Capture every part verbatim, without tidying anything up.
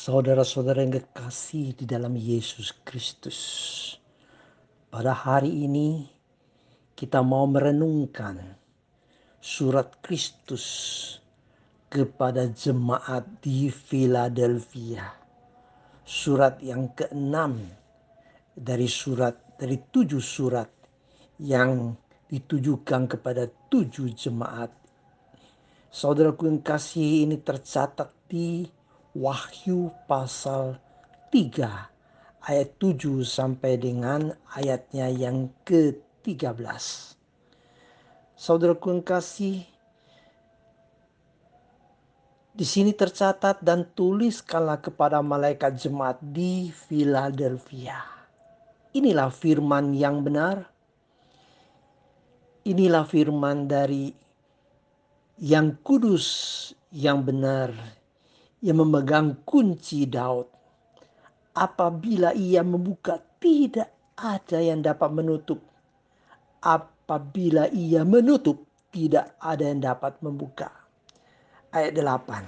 Saudara-saudara yang kekasih di dalam Yesus Kristus. Pada hari ini kita mau merenungkan surat Kristus kepada jemaat di Philadelphia. Surat yang keenam dari surat dari tujuh surat yang ditujukan kepada tujuh jemaat. Saudaraku yang kasih, ini tercatat di Wahyu pasal tiga ayat tujuh sampai dengan ayatnya yang ke tiga belas. Saudaraku yang kasih, di sini tercatat, dan tuliskanlah kepada malaikat jemaat di Philadelphia. Inilah firman yang benar. Inilah firman dari yang kudus, yang benar, yang memegang kunci Daud. Apabila ia membuka, tidak ada yang dapat menutup. Apabila ia menutup, tidak ada yang dapat membuka. Ayat delapan.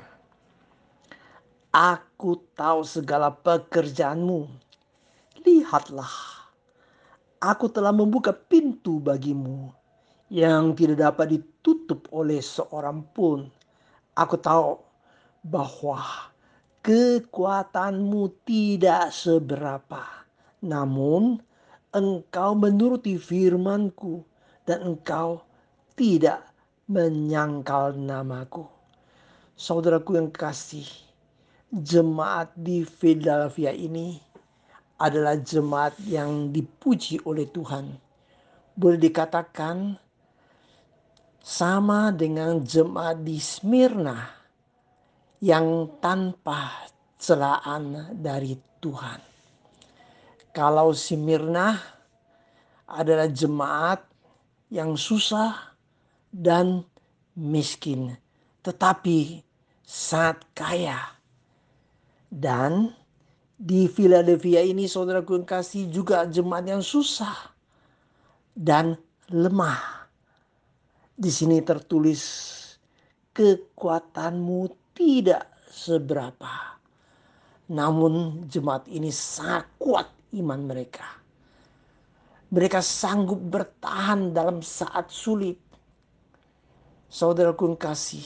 Aku tahu segala pekerjaanmu. Lihatlah, aku telah membuka pintu bagimu yang tidak dapat ditutup oleh seorang pun. Aku tahu bahwa kekuatanmu tidak seberapa, namun engkau menuruti firmanku dan engkau tidak menyangkal namaku. Saudaraku yang kasih, jemaat di Philadelphia ini adalah jemaat yang dipuji oleh Tuhan. Boleh dikatakan sama dengan jemaat di Smyrna yang tanpa celaan dari Tuhan. Kalau Smyrna adalah jemaat yang susah dan miskin, tetapi sangat kaya. Dan di Philadelphia ini, saudaraku yang kasih, juga jemaat yang susah dan lemah. Di sini tertulis, kekuatanmu tidak seberapa. Namun jemaat ini sangat kuat iman mereka. Mereka sanggup bertahan dalam saat sulit. Saudaraku yang kasih,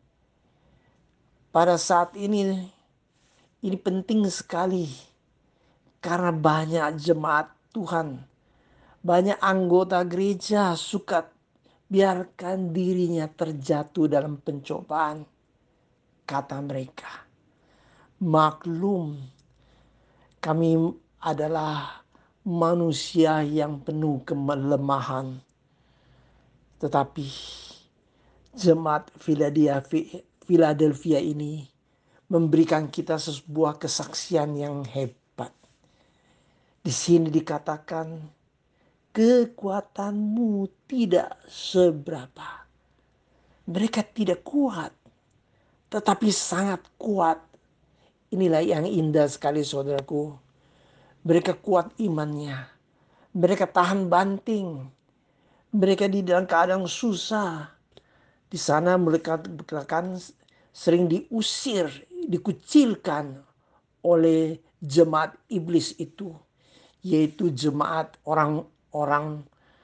pada saat ini, ini penting sekali. Karena banyak jemaat Tuhan, banyak anggota gereja suka biarkan dirinya terjatuh dalam pencobaan. Kata mereka, maklum, kami adalah manusia yang penuh kelemahan. Tetapi jemaat Philadelphia ini memberikan kita sebuah kesaksian yang hebat. Di sini dikatakan, kekuatanmu tidak seberapa. Mereka tidak kuat, tetapi sangat kuat. Inilah yang indah sekali, saudaraku. Mereka kuat imannya. Mereka tahan banting. Mereka di dalam keadaan susah. Di sana mereka bahkan sering diusir, dikucilkan oleh jemaat iblis itu. Yaitu jemaat orang-orang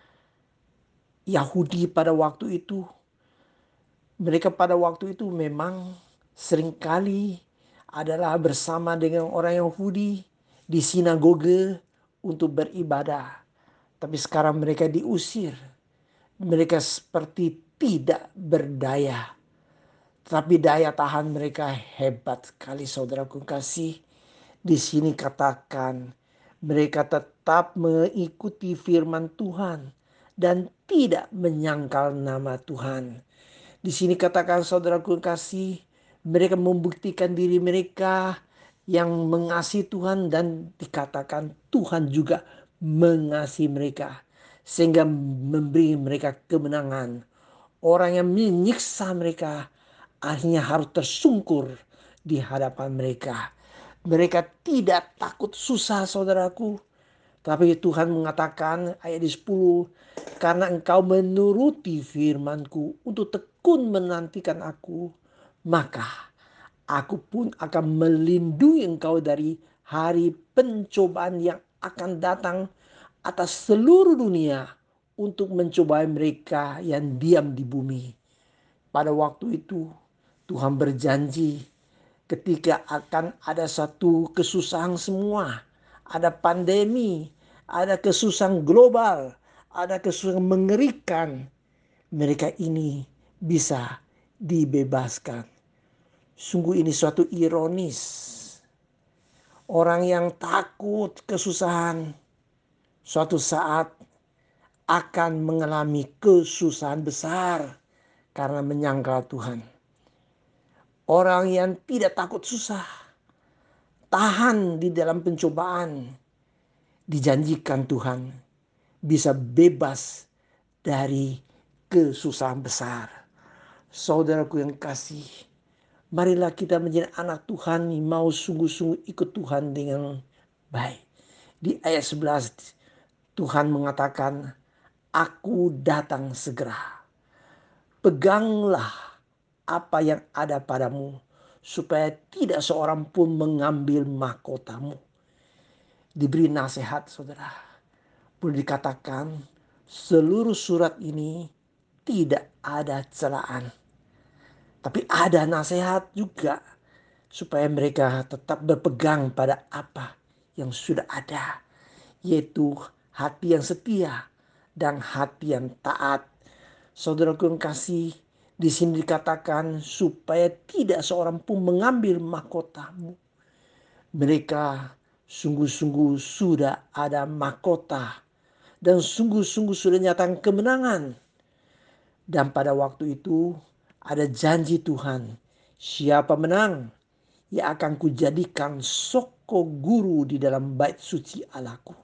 Yahudi pada waktu itu. Mereka pada waktu itu memang seringkali adalah bersama dengan orang Yahudi di sinagoge untuk beribadah. Tapi sekarang mereka diusir. Mereka seperti tidak berdaya. Tapi daya tahan mereka hebat sekali, saudaraku kasih. Di sini katakan, mereka tetap mengikuti firman Tuhan dan tidak menyangkal nama Tuhan. Di sini katakan, saudaraku kasih, mereka membuktikan diri mereka yang mengasihi Tuhan, dan dikatakan Tuhan juga mengasihi mereka sehingga memberi mereka kemenangan. Orang yang menyiksa mereka akhirnya harus tersungkur di hadapan mereka. Mereka tidak takut susah, saudaraku. Tapi Tuhan mengatakan ayat di sepuluh, karena engkau menuruti firmanku untuk tekun menantikan aku, maka Aku pun akan melindungi engkau dari hari pencobaan yang akan datang atas seluruh dunia untuk mencobai mereka yang diam di bumi. Pada waktu itu Tuhan berjanji ketika akan ada satu kesusahan semua, ada pandemi, ada kesusahan global, ada kesusahan mengerikan, mereka ini bisa dibebaskan. Sungguh ini suatu ironis. Orang yang takut kesusahan suatu saat akan mengalami kesusahan besar karena menyangkal Tuhan. Orang yang tidak takut susah, tahan di dalam pencobaan, dijanjikan Tuhan bisa bebas dari kesusahan besar. Saudaraku yang kasih, marilah kita menjadi anak Tuhan yang mau sungguh-sungguh ikut Tuhan dengan baik. Di ayat sebelas Tuhan mengatakan, "Aku datang segera." Peganglah apa yang ada padamu, supaya tidak seorang pun mengambil mahkotamu. Diberi nasihat, saudara. Boleh dikatakan seluruh surat ini tidak ada celaan. Tapi ada nasihat juga supaya mereka tetap berpegang pada apa yang sudah ada, yaitu hati yang setia dan hati yang taat. Saudaraku yang kasih, di sini dikatakan supaya tidak seorang pun mengambil mahkotamu. Mereka sungguh-sungguh sudah ada mahkota dan sungguh-sungguh sudah nyatakan kemenangan. Dan pada waktu itu ada janji Tuhan, siapa menang, ia akan kujadikan soko guru di dalam bait suci Allahku.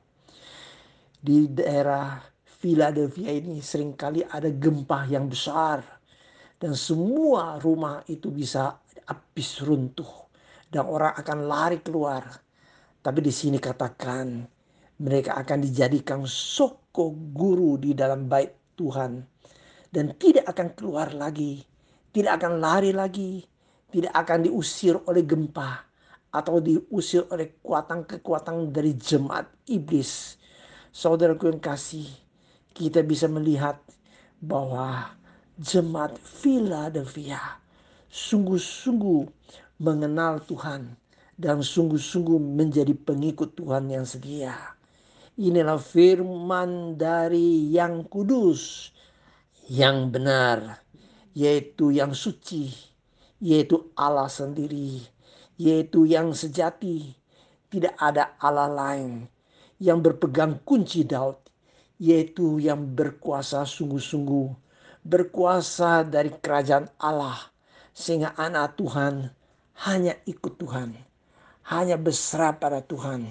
Di daerah Philadelphia ini seringkali ada gempa yang besar dan semua rumah itu bisa habis runtuh dan orang akan lari keluar. Tapi di sini katakan mereka akan dijadikan soko guru di dalam bait Tuhan dan tidak akan keluar lagi, tidak akan lari lagi, tidak akan diusir oleh gempa atau diusir oleh kekuatan-kekuatan dari jemaat iblis. Saudaraku yang kasih, kita bisa melihat bahwa jemaat Philadelphia sungguh-sungguh mengenal Tuhan dan sungguh-sungguh menjadi pengikut Tuhan yang setia. Inilah firman dari yang kudus, yang benar, yaitu yang suci, yaitu Allah sendiri, yaitu yang sejati. Tidak ada Allah lain yang berpegang kunci Daud, yaitu yang berkuasa sungguh-sungguh, berkuasa dari kerajaan Allah, sehingga anak Tuhan hanya ikut Tuhan, hanya berserah pada Tuhan.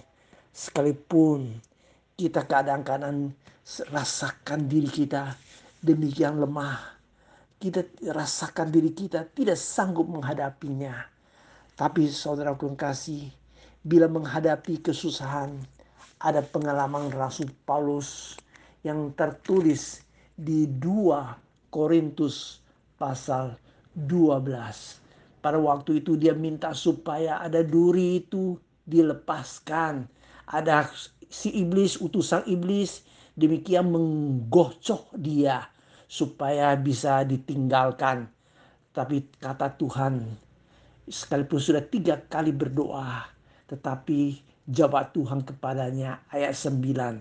Sekalipun kita kadang-kadang rasakan diri kita demikian lemah, kita rasakan diri kita tidak sanggup menghadapinya. Tapi saudaraku yang kasih, bila menghadapi kesusahan, ada pengalaman Rasul Paulus yang tertulis di dua Korintus pasal dua belas. Pada waktu itu dia minta supaya ada duri itu dilepaskan. Ada si iblis, utusan iblis, demikian menggocok dia supaya bisa ditinggalkan. Tapi kata Tuhan, sekalipun sudah tiga kali berdoa, tetapi jawab Tuhan kepadanya ayat sembilan.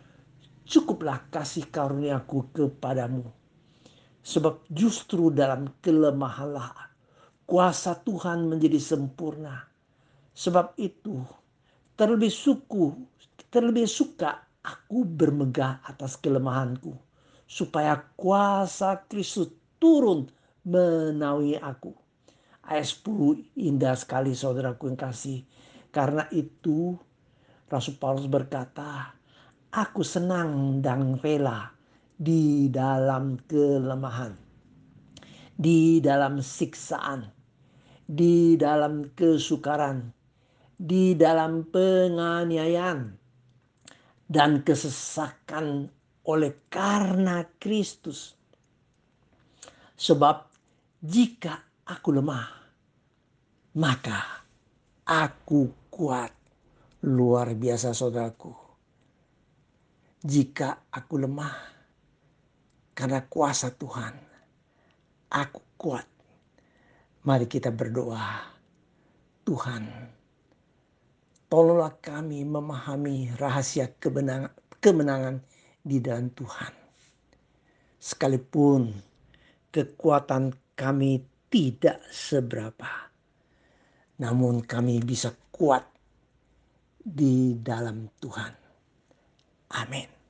Cukuplah kasih karuniaku kepadamu. Sebab justru dalam kelemahanlah kuasa Tuhan menjadi sempurna. Sebab itu terlebih suku, terlebih suka aku bermegah atas kelemahanku, supaya kuasa Kristus turun menaungi aku. Ayat sepuluh indah sekali saudaraku yang kasih. Karena itu Rasul Paulus berkata, aku senang dan rela di dalam kelemahan, di dalam siksaan, di dalam kesukaran, di dalam penganiayaan dan kesesakan oleh karena Kristus. Sebab jika aku lemah, maka aku kuat. Luar biasa saudaraku. Jika aku lemah, karena kuasa Tuhan, aku kuat. Mari kita berdoa. Tuhan, tolonglah kami memahami rahasia kemenangan, kemenangan di dalam Tuhan. Sekalipun kekuatan kami tidak seberapa, namun kami bisa kuat di dalam Tuhan. Amin.